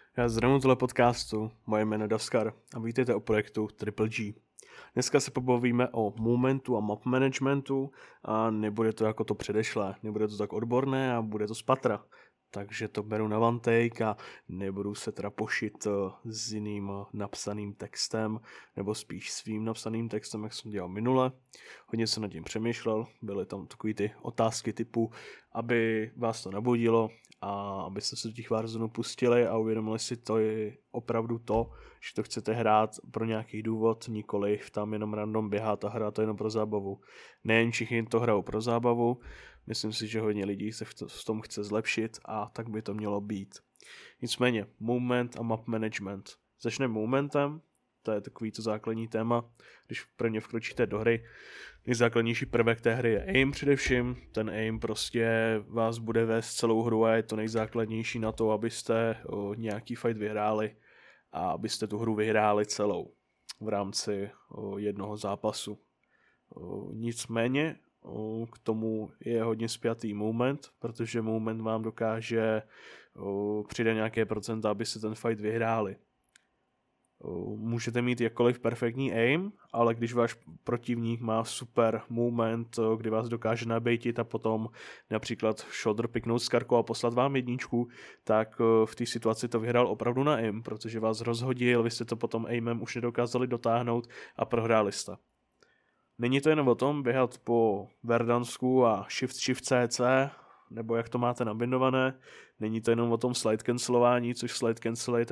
Já zdravím tohle podcastu, moje jméno je Daskar a vítejte o projektu Triple G. Dneska se pobavíme o momentu a map managementu a nebude to jako to předešlé, nebude to tak odborné a bude to z patra. Takže to beru na one take a nebudu se teda pošit s jiným napsaným textem, nebo spíš svým napsaným textem, jak jsem dělal minule. Hodně jsem nad tím přemýšlel, byly tam takové ty otázky typu, aby vás to nabudilo a abyste se do těch Warzone pustili a uvědomili si, to je opravdu to, že to chcete hrát pro nějaký důvod, nikoliv tam jenom random běhat a hrát to jenom pro zábavu. Nejen všichni to hrajou pro zábavu, myslím si, že hodně lidí se v tom chce zlepšit a tak by to mělo být. Nicméně, movement a map management. Začneme momentem, to je takový to základní téma, když prvně vkročíte do hry. Nejzákladnější prvek té hry je aim především, ten aim prostě vás bude vést celou hru a je to nejzákladnější na to, abyste nějaký fight vyhráli a abyste tu hru vyhráli celou v rámci jednoho zápasu. Nicméně k tomu je hodně spjatý moment, protože moment vám dokáže přidat nějaké procenta, abyste ten fight vyhráli. Můžete mít jakkoliv perfektní aim, ale když váš protivník má super moment, kdy vás dokáže nabejtit a potom například shoulder picknout s karkou a poslat vám jedničku, tak v té situaci to vyhrál opravdu na aim, protože vás rozhodil, vy jste to potom aimem už nedokázali dotáhnout a prohráli jste. Není to jenom o tom běhat po Verdansku a shift CC, nebo jak to máte nabindované. Není to jenom o tom slide cancelování, což slide cancel je ten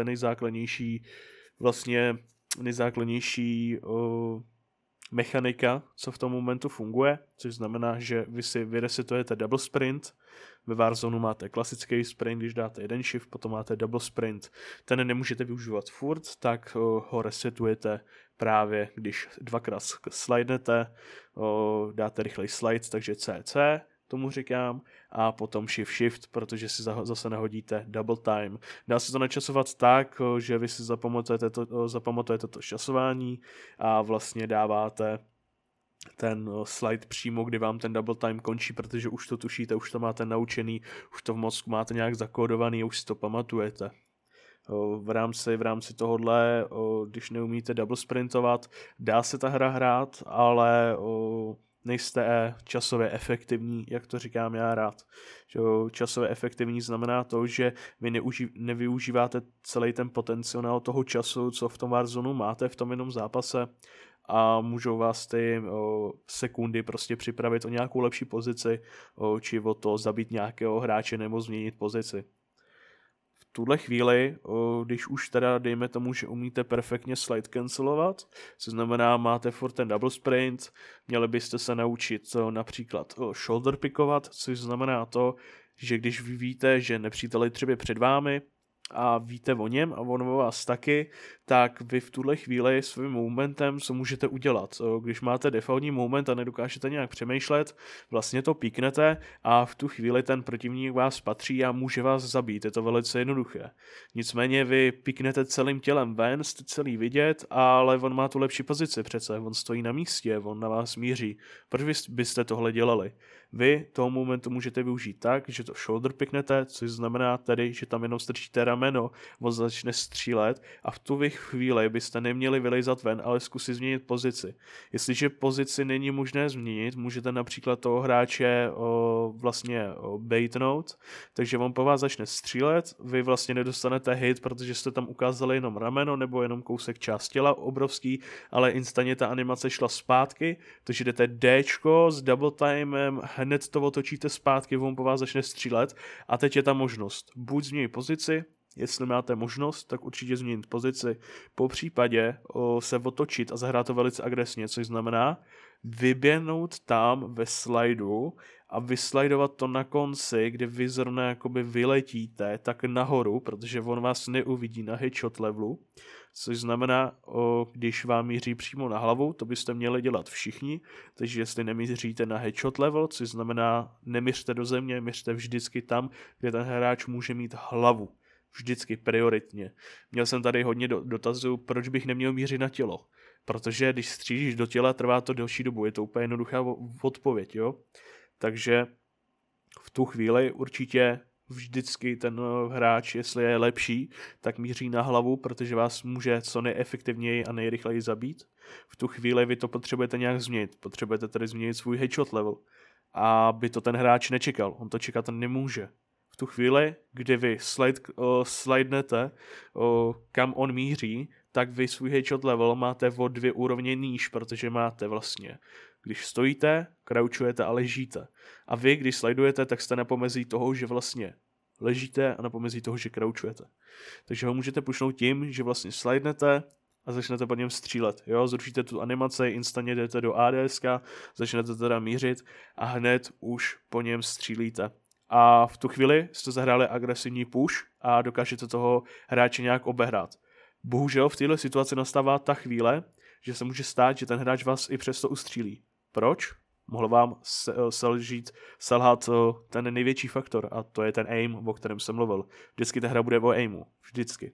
nejzákladnější mechanika, co v tom momentu funguje, což znamená, že vy si vyresetujete double sprint. Ve Warzone máte klasický sprint, když dáte jeden shift, potom máte double sprint. Ten nemůžete využívat furt, tak ho resetujete právě, když dvakrát slidnete, dáte rychlej slide, takže CC, tomu říkám, a potom shift, protože si zase nahodíte double time. Dá se to načasovat tak, že vy si zapamatujete to časování a vlastně dáváte ten slide přímo, kdy vám ten double time končí, protože už to tušíte, už to máte naučený, už to v mozku máte nějak zakódovaný, už si to pamatujete. V rámci tohohle, když neumíte double sprintovat, dá se ta hra hrát, ale nejste časově efektivní, jak to říkám já rád. Časově efektivní znamená to, že vy nevyužíváte celý ten potenciál toho času, co v tom Warzone máte v tom jenom zápase, a můžou vás ty sekundy prostě připravit o nějakou lepší pozici, či o to zabít nějakého hráče nebo změnit pozici. V tuhle chvíli, když už teda dejme tomu, že umíte perfektně slide cancelovat, co znamená máte furt ten double sprint, měli byste se naučit například shoulder pickovat, což znamená to, že když vy víte, že nepřítel je třeba před vámi, a víte o něm a on o vás taky, tak vy v tuhle chvíli svým momentem, co můžete udělat. Když máte defaultní moment a nedokážete nějak přemýšlet, vlastně to píknete a v tu chvíli ten protivník vás patří a může vás zabít. Je to velice jednoduché. Nicméně vy píknete celým tělem ven, jste celý vidět, ale on má tu lepší pozici přece, on stojí na místě, on na vás míří. Proč byste tohle dělali? Vy toho momentu můžete využít tak, že to shoulder picknete, což znamená tedy, že tam jenom strčíte rameno, on začne střílet a v tu chvíli byste neměli vylejzat ven, ale zkusit změnit pozici. Jestliže pozici není možné změnit, můžete například toho hráče baitnout, takže on po vás začne střílet, vy vlastně nedostanete hit, protože jste tam ukázali jenom rameno nebo jenom kousek část těla obrovský, ale instantně ta animace šla zpátky, takže jdete Dčko s double timem, hned to otočíte zpátky, on po vás začne střílet a teď je ta možnost. Buď změnit pozici, jestli máte možnost, tak určitě změnit pozici, po případě se otočit a zahrát to velice agresivně, což znamená vyběhnout tam ve slajdu a vyslidovat to na konci, kdy vy zrovna jakoby vyletíte tak nahoru, protože on vás neuvidí na headshot levelu, což znamená, když vám míří přímo na hlavu, to byste měli dělat všichni, takže jestli nemíříte na headshot level, což znamená nemířte do země, mířte vždycky tam, kde ten hráč může mít hlavu. Vždycky prioritně. Měl jsem tady hodně dotazů, proč bych neměl mířit na tělo. Protože když střílíš do těla, trvá to delší dobu. Je to úplně jednoduchá odpověď, jo? Takže v tu chvíli určitě vždycky ten hráč, jestli je lepší, tak míří na hlavu, protože vás může co nejefektivněji a nejrychleji zabít. V tu chvíli vy to potřebujete nějak změnit. Potřebujete tedy změnit svůj headshot level. A by to ten hráč nečekal. On to čekat nemůže. V tu chvíli, kdy vy slidnete, kam on míří, tak vy svůj headshot level máte o 2 úrovně níž, protože máte vlastně, když stojíte, crouchujete a ležíte. A vy, když slidujete, tak jste na pomezí toho, že vlastně ležíte a na pomezí toho, že crouchujete. Takže ho můžete pušnout tím, že vlastně slidnete a začnete po něm střílet. Jo? Zrušíte tu animaci, instantně jdete do ADS, začnete teda mířit a hned už po něm střílíte. A v tu chvíli jste zahráli agresivní push a dokážete toho hráče nějak obehrát. Bohužel v této situaci nastává ta chvíle, že se může stát, že ten hráč vás i přesto ustřílí. Proč? Mohl vám selhat ten největší faktor a to je ten aim, o kterém jsem mluvil. Vždycky ta hra bude o aimu. Vždycky.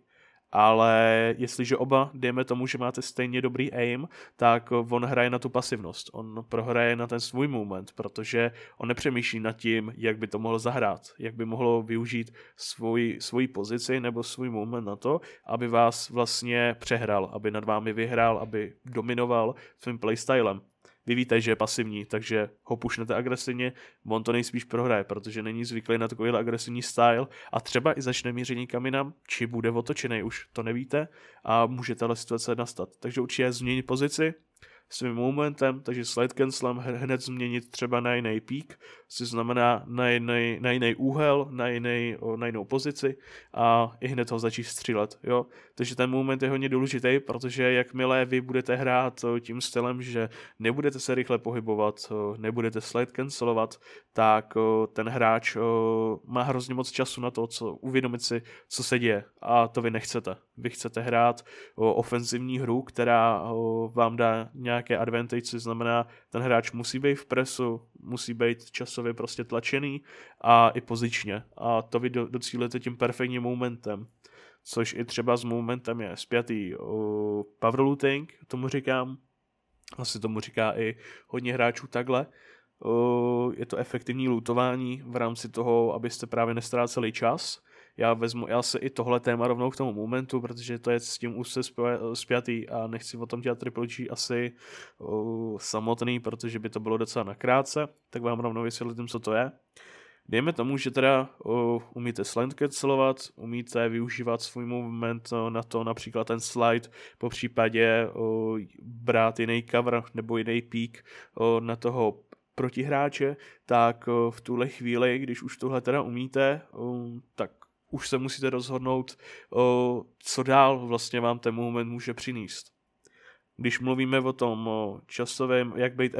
Ale jestliže oba, dejme tomu, že máte stejně dobrý aim, tak on hraje na tu pasivnost. On prohraje na ten svůj moment, protože on nepřemýšlí nad tím, jak by to mohl zahrát, jak by mohlo využít svoji pozici nebo svůj moment na to, aby vás vlastně přehrál, aby nad vámi vyhrál, aby dominoval svým playstylem. Vy víte, že je pasivní, takže ho pušnete agresivně, on to nejspíš prohraje, protože není zvyklý na takovýhle agresivní style a třeba i začne mířit někam jinam, či bude otočený, už to nevíte a může tahle situace nastat. Takže určitě změnit pozici svým momentem, takže slide cancelem hned změnit třeba na jiný peak, což znamená na jiný úhel, na jinou pozici a i hned ho začít střílet. Jo? Takže ten moment je hodně důležitý, protože jakmile vy budete hrát tím stylem, že nebudete se rychle pohybovat, nebudete slide cancelovat, tak ten hráč má hrozně moc času na to, uvědomit si, co se děje a to vy nechcete. Vy chcete hrát ofenzivní hru, která vám dá nějaké advantage, což znamená, ten hráč musí být v presu, musí být časově prostě tlačený a i pozičně. A to vy docílíte tím perfektním momentem, což i třeba s momentem je spjatý power looting, tomu říkám. Asi tomu říká i hodně hráčů takhle. Je to efektivní lootování v rámci toho, abyste právě nestráceli čas. Já se i tohle téma rovnou k tomu momentu, protože to je s tím už se spjatý a nechci o tom dělat Triple G asi samotný, protože by to bylo docela nakrátce, tak vám rovnou vysvětlím, co to je. Dejme tomu, že teda umíte slide cancelovat, umíte využívat svůj movement na to, například ten slide, po případě brát jiný cover nebo jiný peak na toho protihráče, tak v tuhle chvíli, když už tohle teda umíte, tak už se musíte rozhodnout, co dál vlastně vám ten moment může přinést. Když mluvíme o tom časovém, jak být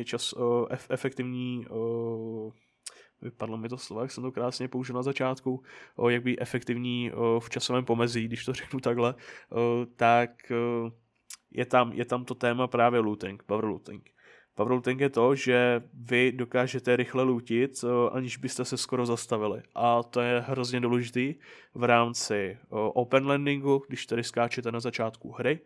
efektivní, vypadlo mi to slovo, jak jsem to krásně použil na začátku, jak být efektivní v časovém pomezí, když to řeknu takhle, tak je tam to téma právě looting, power looting. Power looting je to, že vy dokážete rychle lootit, aniž byste se skoro zastavili. A to je hrozně důležitý v rámci open landingu, když tady skáčete na začátku hry,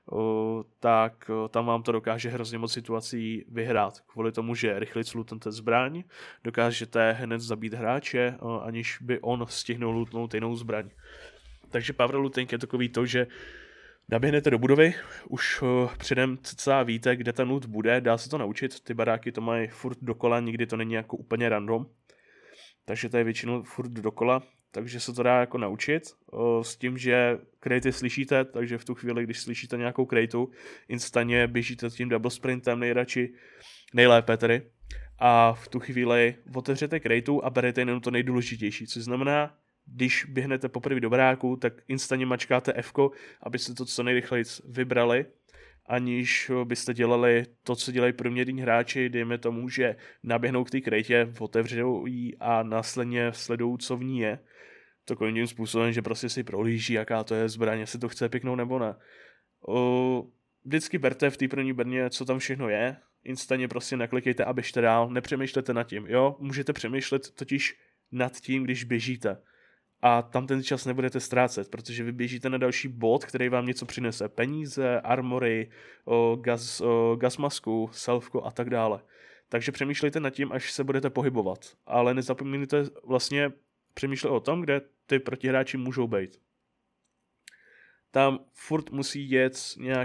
tak tam vám to dokáže hrozně moc situací vyhrát. Kvůli tomu, že rychle lootnete zbraň, dokážete hned zabít hráče, aniž by on stihnul lootnout jinou zbraň. Takže power looting je takový to, že naběhnete do budovy, už předem celá víte, kde ten loot bude, dá se to naučit, ty baráky to mají furt dokola, nikdy to není jako úplně random, takže to je většinou furt dokola, takže se to dá jako naučit, s tím, že kratey slyšíte, takže v tu chvíli, když slyšíte nějakou krateu, instantně běžíte tím double sprintem nejlépe tedy, a v tu chvíli otevřete krateu a berete jenom to nejdůležitější, což znamená, když běhnete poprvé do baráku, tak instantně mačkáte F-ko, abyste to co nejrychleji vybrali, aniž byste dělali to, co dělají průměrní hráči, dejme tomu, že naběhnou k té kratě, otevřou ji a následně sledují, co v ní je. Takovým tím způsobem, že prostě si prohlíží, jaká to je zbraň, jestli to chce piknout nebo ne. Vždycky berte v té první brně, co tam všechno je, instantně prostě naklikejte a běžte dál, nepřemýšlete nad tím, jo? Můžete přemýšlet totiž nad tím, když běžíte. A tam ten čas nebudete ztrácet, protože vy běžíte na další bod, který vám něco přinese. Peníze, armory, gasmasku, selfko a tak dále. Takže přemýšlejte nad tím, až se budete pohybovat. Ale nezapomeňte vlastně přemýšlet o tom, kde ty protihráči můžou být. Tam furt musí jet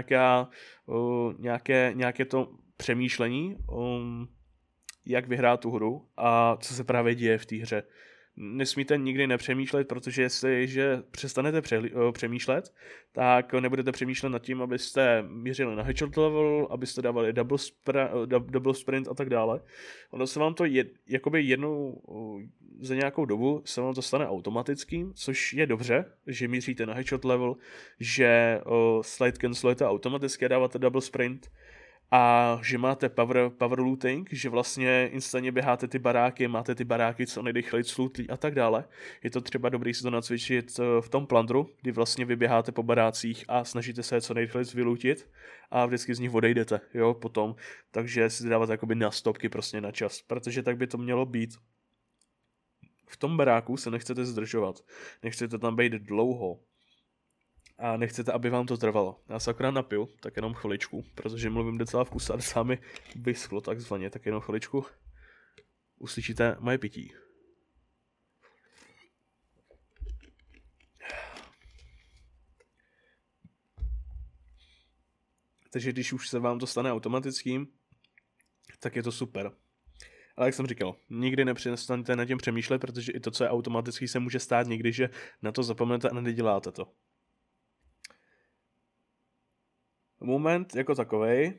nějaké to přemýšlení, jak vyhrát tu hru a co se právě děje v té hře. Nesmíte nikdy nepřemýšlet, protože jestliže přestanete přemýšlet, tak nebudete přemýšlet nad tím, abyste měřili na headshot level, abyste dávali double sprint a tak dále. Ono se vám to jakoby jednou za nějakou dobu se vám to stane automatickým, což je dobře, že míříte na headshot level, že slide cancelujete automaticky a dáváte double sprint, a že máte power looting, že vlastně instantně běháte ty baráky, máte ty baráky co nejrychleji slootlí a tak dále. Je to třeba dobrý si to nacvičit v tom plundru, kdy vlastně vyběháte po barácích a snažíte se je co nejrychleji vylootit a vždycky z nich odejdete, jo, potom. Takže si dáváte jakoby na stopky prostě na čas, protože tak by to mělo být. V tom baráku se nechcete zdržovat, nechcete tam být dlouho. A nechcete, aby vám to trvalo. Já se akorát napiju, tak jenom chviličku, protože mluvím docela v kuse a docela mi vyschlo takzvaně, tak jenom chviličku. Uslyšíte moje pití. Takže když už se vám to stane automatickým, tak je to super. Ale jak jsem říkal, nikdy nepřestaňte nad tím přemýšlet, protože i to, co je automatický, se může stát někdy, že na to zapomenete a neděláte to. Moment jako takovej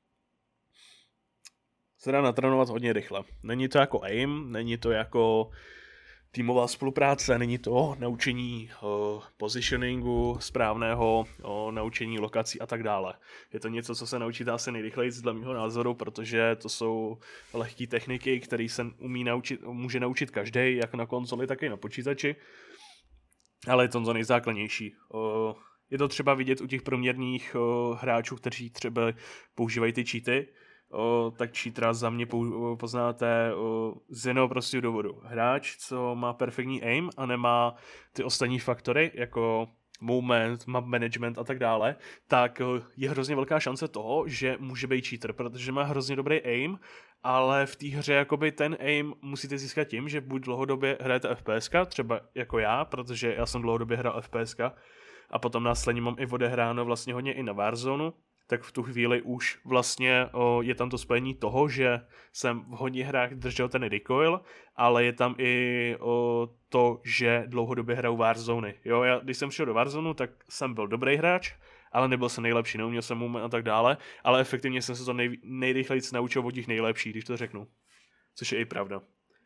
se dá natrénovat hodně rychle. Není to jako aim, není to jako týmová spolupráce, není to naučení positioningu správného, naučení lokací a tak dále. Je to něco, co se naučíte asi nejrychleji dle mého názoru, protože to jsou lehké techniky, které se může naučit každý, jak na konzoli, tak i na počítači. Ale je to nejzákladnější. Je to třeba vidět u těch průměrných hráčů, kteří třeba používají ty cheaty, tak cheatera za mě poznáte z jednoho prostého důvodu. Hráč, co má perfektní aim a nemá ty ostatní faktory, jako movement, map management a tak dále, tak je hrozně velká šance toho, že může být cheater, protože má hrozně dobrý aim, ale v té hře jakoby ten aim musíte získat tím, že buď dlouhodobě hrajete FPSka, třeba jako já, protože já jsem dlouhodobě hrál FPSka, a potom následně mám i odehráno vlastně hodně i na Warzone, tak v tu chvíli už vlastně je tam to spojení toho, že jsem v hodně hrách držel ten recoil, ale je tam i to, že dlouhodobě hraju Warzone. Jo, když jsem šel do Warzone, tak jsem byl dobrý hráč, ale nebyl jsem nejlepší, neuměl jsem movement a tak dále, ale efektivně jsem se to nejrychleji naučil od těch nejlepších, když to řeknu. Což je i pravda.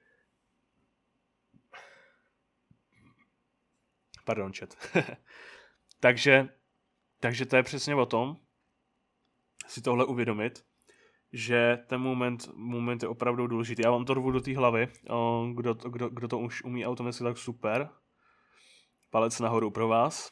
Pardon, chat. Takže to je přesně o tom, si tohle uvědomit, že ten moment je opravdu důležitý. Já vám to rvu do té hlavy, kdo to už umí automaticky, tak super. Palec nahoru pro vás.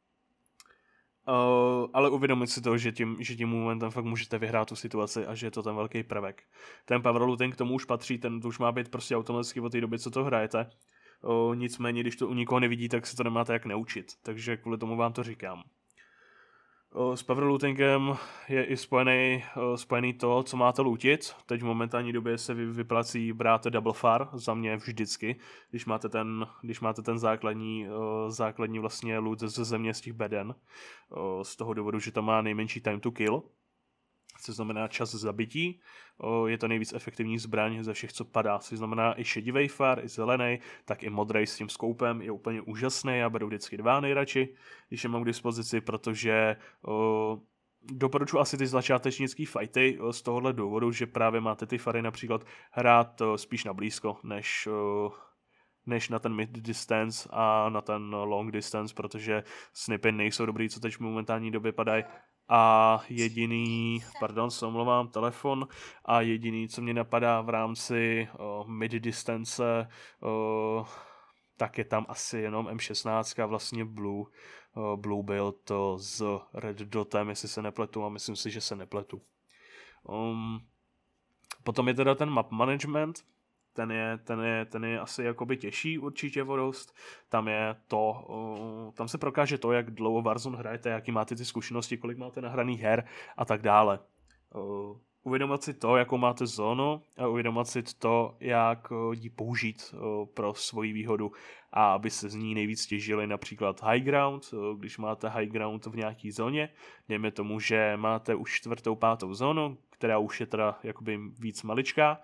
Ale uvědomit si to, že tím momentem fakt můžete vyhrát tu situaci a že je to ten velký prvek. Ten power looting k tomu už patří, ten to už má být prostě automaticky od té doby, co to hrajete. Nicméně, když to u nikoho nevidí, tak se to nemáte jak naučit. Takže kvůli tomu vám to říkám. S powerlootingem je i spojený to, co máte lootit. Teď v momentální době se vyplací brát double far, za mě vždycky, když máte ten základní vlastně loot ze země z těch beden. Z toho důvodu, že to má nejmenší time to kill, co znamená čas zabití. Je to nejvíc efektivní zbraň ze všech, co padá. Co znamená i šedivý far, i zelený, tak i modrý s tím skoupem je úplně úžasný. Já beru vždycky 2 nejradši, když je mám k dispozici, protože doporučuji asi ty začátečnické fighty z tohohle důvodu, že právě máte ty fary například hrát spíš na blízko, než na ten mid distance a na ten long distance, protože snipy nejsou dobrý, co teď v momentální době padají. A telefon, a jediný, co mě napadá v rámci mid distance, tak je tam asi jenom M16, vlastně Blue build s Red Dotem, jestli se nepletu, a myslím si, že se nepletu. Potom je teda ten map management, ten je asi jakoby těžší určitě o dost. Tam se prokáže to, jak dlouho Warzone hrajete, jaký máte ty zkušenosti, kolik máte nahraných her a tak dále. uvědomit si to, jakou máte zónu a uvědomit si to, jak ji použít pro svoji výhodu a aby se z ní nejvíc těžili například high ground, když máte high ground v nějaký zóně, dejme tomu, že máte už 4., 5. zónu, která už je teda jakoby víc maličká.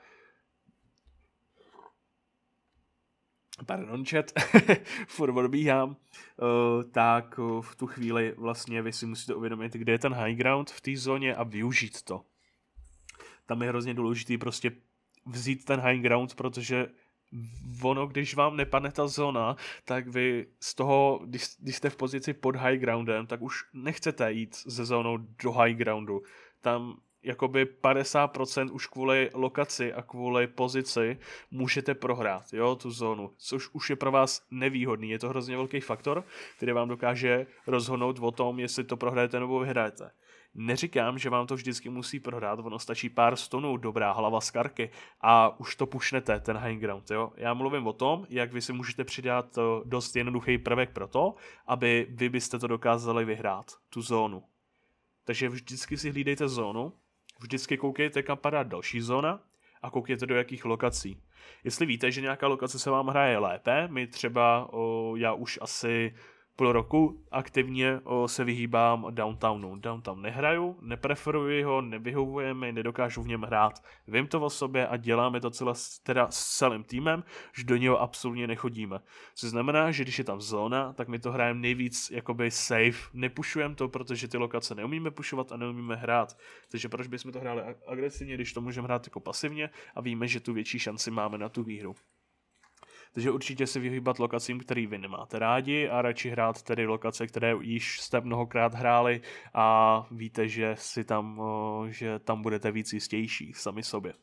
Pardon, chat, furt odbíhám, tak v tu chvíli vlastně vy si musíte uvědomit, kde je ten high ground v té zóně a využít to. Tam je hrozně důležitý prostě vzít ten high ground, protože ono, když vám nepadne ta zóna, tak vy z toho, když jste v pozici pod high groundem, tak už nechcete jít ze zónou do high groundu. Tam jakoby 50% už kvůli lokaci a kvůli pozici můžete prohrát, jo, tu zónu, což už je pro vás nevýhodný. Je to hrozně velký faktor, který vám dokáže rozhodnout o tom, jestli to prohrajete nebo vyhrajete. Neříkám, že vám to vždycky musí prohrát, ono stačí pár stonů, dobrá hlava z karky a už to pušnete, ten high ground, jo. Já mluvím o tom, jak vy si můžete přidat dost jednoduchý prvek pro to, aby vy byste to dokázali vyhrát, tu zónu. Takže vždycky si hlídejte zónu, vždycky koukejte, kam padá další zóna a koukejte do jakých lokací. Jestli víte, že nějaká lokace se vám hraje lépe, my třeba, já už asi půl roku aktivně se vyhýbám downtownu. Downtown nehraju, nepreferuji ho, nevyhovuje mi, nedokážu v něm hrát. Vím to o sobě a děláme to teda s celým týmem, že do něho absolutně nechodíme. Což znamená, že když je tam zóna, tak my to hrajeme nejvíc jakoby safe. Nepušujeme to, protože ty lokace neumíme pušovat a neumíme hrát. Takže proč bychom to hráli agresivně, když to můžeme hrát jako pasivně a víme, že tu větší šanci máme na tu výhru. Takže určitě si vyhýbat lokacím, který vy nemáte rádi a radši hrát tedy lokace, které již jste mnohokrát hráli a víte, že tam budete víc jistější sami sobě.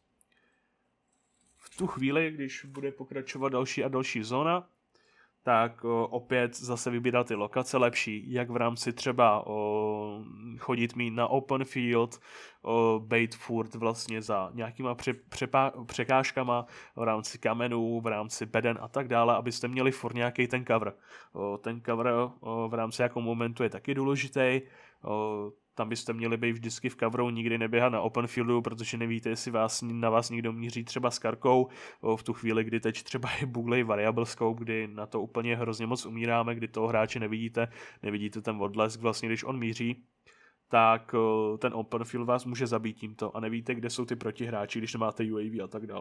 V tu chvíli, když bude pokračovat další a další zóna, tak opět zase vybírat ty lokace lepší, jak v rámci třeba chodit mít na open field, bejt furt vlastně za nějakýma překážkama v rámci kamenů, v rámci beden a tak dále, abyste měli furt nějaký ten cover. Ten cover v rámci jakého momentu je taky důležitý. Tam byste měli být vždycky v coveru, nikdy neběhat na open fieldu, protože nevíte, jestli na vás někdo míří třeba s karkou. V tu chvíli, kdy teď třeba je buglej variable scope, kdy na to úplně hrozně moc umíráme, kdy toho hráče nevidíte ten odlesk vlastně, když on míří, tak ten open field vás může zabít tímto a nevíte, kde jsou ty protihráči, když nemáte UAV a tak dále.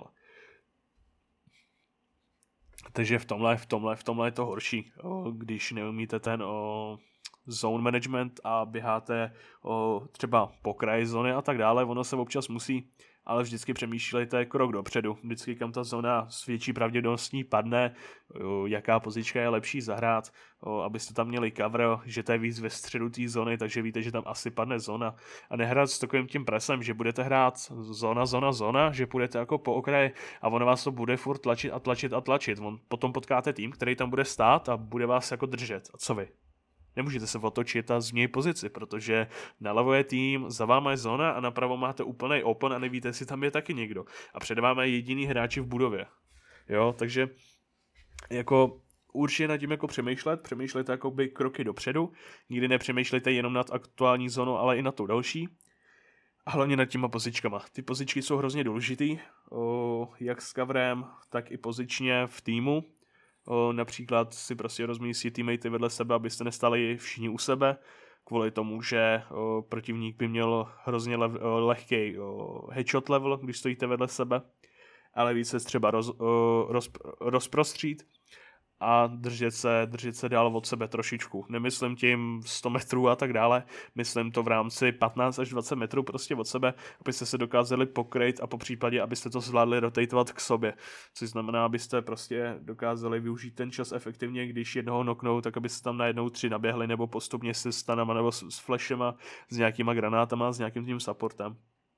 Takže v tomhle je to horší, když neumíte ten zone management a běháte třeba po kraji zóny a tak dále, ono se občas musí, ale vždycky přemýšlejte krok dopředu, vždycky kam ta zóna s větší pravděpodobností padne, jaká pozička je lepší zahrát, abyste tam měli cover, že to je víc ve středu té zóny, takže víte, že tam asi padne zóna a nehrát s takovým tím presem, že budete hrát zóna, že půjdete jako po okraji a ono vás to bude furt tlačit. Potom potkáte tým, který tam bude stát a bude vás jako držet. A co vy? Nemůžete se otočit a změnit pozici, protože nalevo je tým, za váma je zóna a napravo máte úplnej open a nevíte, jestli tam je taky někdo. A před váma je jediný hráči v budově. Jo, takže jako určitě nad tím jako přemýšlejte jakoby kroky dopředu, nikdy nepřemýšlejte jenom nad aktuální zónou, ale i nad tou další. A hlavně nad těma pozičkama. Ty pozičky jsou hrozně důležitý, jak s coverem, tak i pozičně v týmu. Například si prostě rozmístí teammatey vedle sebe, abyste nestali všichni u sebe, kvůli tomu, že protivník by měl hrozně lehký headshot level, když stojíte vedle sebe, ale více třeba rozprostřít a držet se dál od sebe trošičku. Nemyslím tím 100 metrů a tak dále, myslím to v rámci 15 až 20 metrů prostě od sebe, abyste se dokázali pokryt a po případě, abyste to zvládli rotatovat k sobě. Což znamená, abyste prostě dokázali využít ten čas efektivně, když jednoho knocknou, tak abyste tam najednou 3 naběhli nebo postupně se stanama nebo s flashema, s nějakýma granátama, s nějakým tím supportem.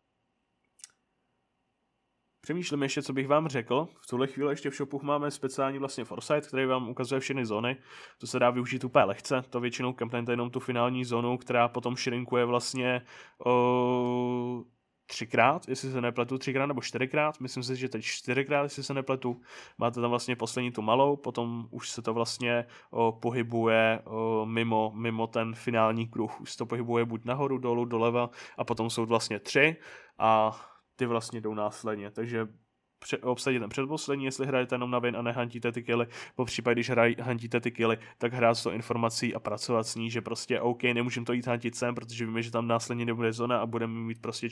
Přemýšlím ještě, co bych vám řekl. V tuhle chvíli ještě v shopu máme speciální vlastně foresight, který vám ukazuje všechny zóny. To se dá využít úplně lehce. To většinou kampnete jenom tu finální zónu, která potom šrinkuje vlastně 3krát, jestli se nepletu, 3krát nebo 4krát, myslím si, že teď 4krát, jestli se nepletu, máte tam vlastně poslední tu malou, potom už se to vlastně pohybuje mimo ten finální kruh, už se to pohybuje buď nahoru, dolů, doleva a potom jsou vlastně 3 a ty vlastně jdou následně, takže obsadit ten předposlední, jestli hrajete jenom na win a nehantíte ty killy, po případě, když hantíte ty killy, tak hrát s tou informací a pracovat s ní, že prostě OK, nemůžeme to jít hantit sem, protože víme, že tam následně nebude zóna a budeme mít prostě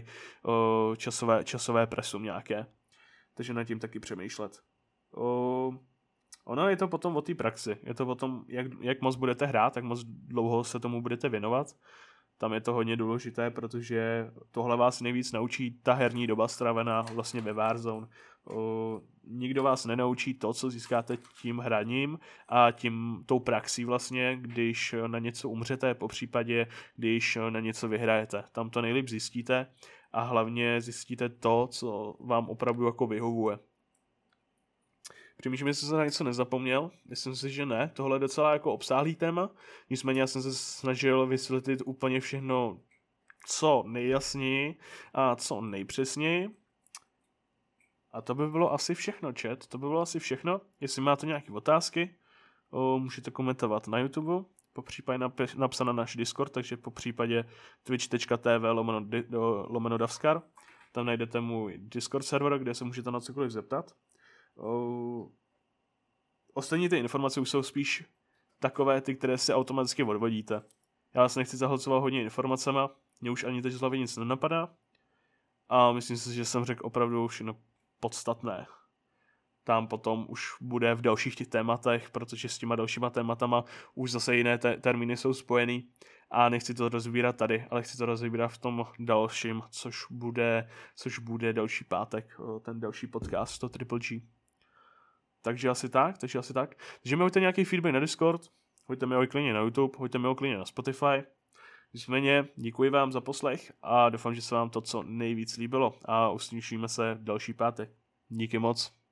časové presum nějaké. Takže nad tím taky přemýšlet. Ono je to potom o té praxi, je to o tom, jak moc budete hrát, jak moc dlouho se tomu budete věnovat. Tam je to hodně důležité, protože tohle vás nejvíc naučí ta herní doba stravená vlastně ve Warzone. Nikdo vás nenaučí to, co získáte tím hraním a tou praxí vlastně, když na něco umřete, po případě, když na něco vyhrajete. Tam to nejlíp zjistíte a hlavně zjistíte to, co vám opravdu jako vyhovuje. Přemýšlím, jestli jsem na něco nezapomněl. Myslím si, že ne. Tohle je docela jako obsáhlý téma. Nicméně já jsem se snažil vysvětlit úplně všechno co nejjasněji a co nejpřesněji. A to by bylo asi všechno, chat. To by bylo asi všechno. Jestli máte nějaké otázky, můžete komentovat na YouTube, popřípadě napsat na náš Discord, takže popřípadě twitch.tv/davskar. Tam najdete můj Discord server, kde se můžete na cokoliv zeptat. Ostatní ty informace už jsou spíš takové ty, které si automaticky odvodíte. Já vás nechci zahlcovat hodně informacema, mě už ani teď z hlavy nic nenapadá a myslím si, že jsem řekl opravdu všechno podstatné. Tam potom už bude v dalších těch tématech, protože s těma dalšíma tématama už zase jiné termíny jsou spojený a nechci to rozbírat tady, ale chci to rozbírat v tom dalším, což bude další pátek, ten další podcast, to Triple G. Takže asi tak. Takže mi hoďte nějaký feedback na Discord, hoďte mi ho klidně na YouTube, hoďte mi ho klidně na Spotify. Nicméně děkuji vám za poslech a doufám, že se vám to co nejvíc líbilo a uslyšíme se další pátek. Díky moc.